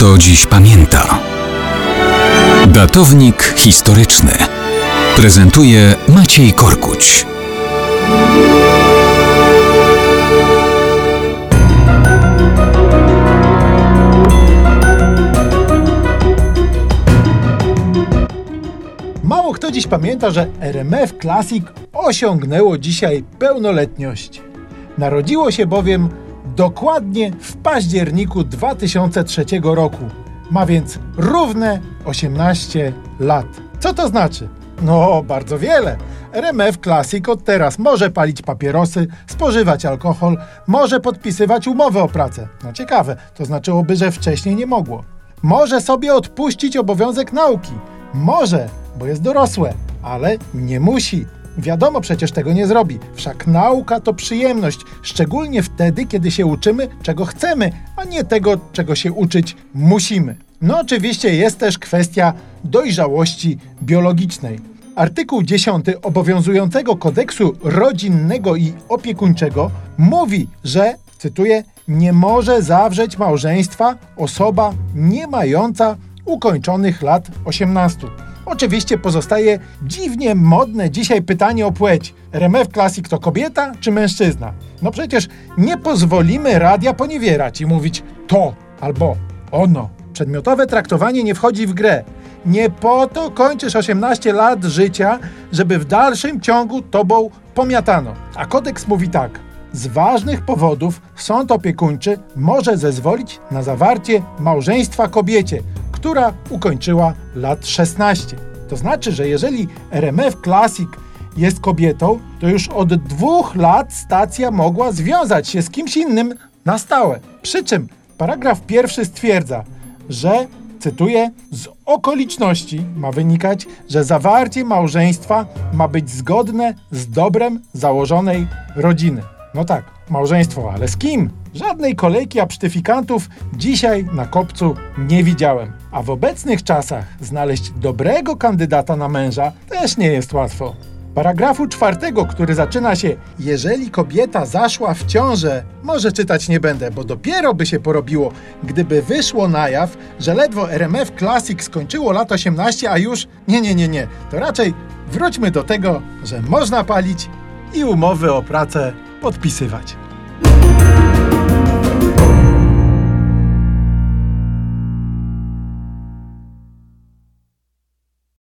kto dziś pamięta. Datownik historyczny prezentuje Maciej Korkuć. Mało kto dziś pamięta, że RMF Classic osiągnęło dzisiaj pełnoletność. Narodziło się bowiem dokładnie w październiku 2003 roku. Ma więc równe 18 lat. Co to znaczy? No, bardzo wiele. RMF Classic od teraz może palić papierosy, spożywać alkohol, może podpisywać umowy o pracę. No ciekawe, to znaczyłoby, że wcześniej nie mogło. Może sobie odpuścić obowiązek nauki. Może, bo jest dorosłe, ale nie musi. Wiadomo, przecież tego nie zrobi. Wszak nauka to przyjemność, szczególnie wtedy, kiedy się uczymy, czego chcemy, a nie tego, czego się uczyć musimy. No oczywiście jest też kwestia dojrzałości biologicznej. Artykuł 10 obowiązującego kodeksu rodzinnego i opiekuńczego mówi, że, cytuję, nie może zawrzeć małżeństwa osoba nie mająca ukończonych lat 18. Oczywiście pozostaje dziwnie modne dzisiaj pytanie o płeć. RMF Classic to kobieta czy mężczyzna? No przecież nie pozwolimy radia poniewierać i mówić to albo ono. Przedmiotowe traktowanie nie wchodzi w grę. Nie po to kończysz 18 lat życia, żeby w dalszym ciągu tobą pomiatano. A kodeks mówi tak. Z ważnych powodów sąd opiekuńczy może zezwolić na zawarcie małżeństwa kobiecie, która ukończyła lat 16. To znaczy, że jeżeli RMF Classic jest kobietą, to już od 2 lat stacja mogła związać się z kimś innym na stałe. Przy czym paragraf 1 stwierdza, że, cytuję, z okoliczności ma wynikać, że zawarcie małżeństwa ma być zgodne z dobrem założonej rodziny. No tak, małżeństwo, ale z kim? Żadnej kolejki absztyfikantów dzisiaj na kopcu nie widziałem. A w obecnych czasach znaleźć dobrego kandydata na męża też nie jest łatwo. Paragrafu 4, który zaczyna się jeżeli kobieta zaszła w ciążę, może czytać nie będę, bo dopiero by się porobiło, gdyby wyszło na jaw, że ledwo RMF Classic skończyło lat 18, a już nie. To raczej wróćmy do tego, że można palić i umowy o pracę podpisywać.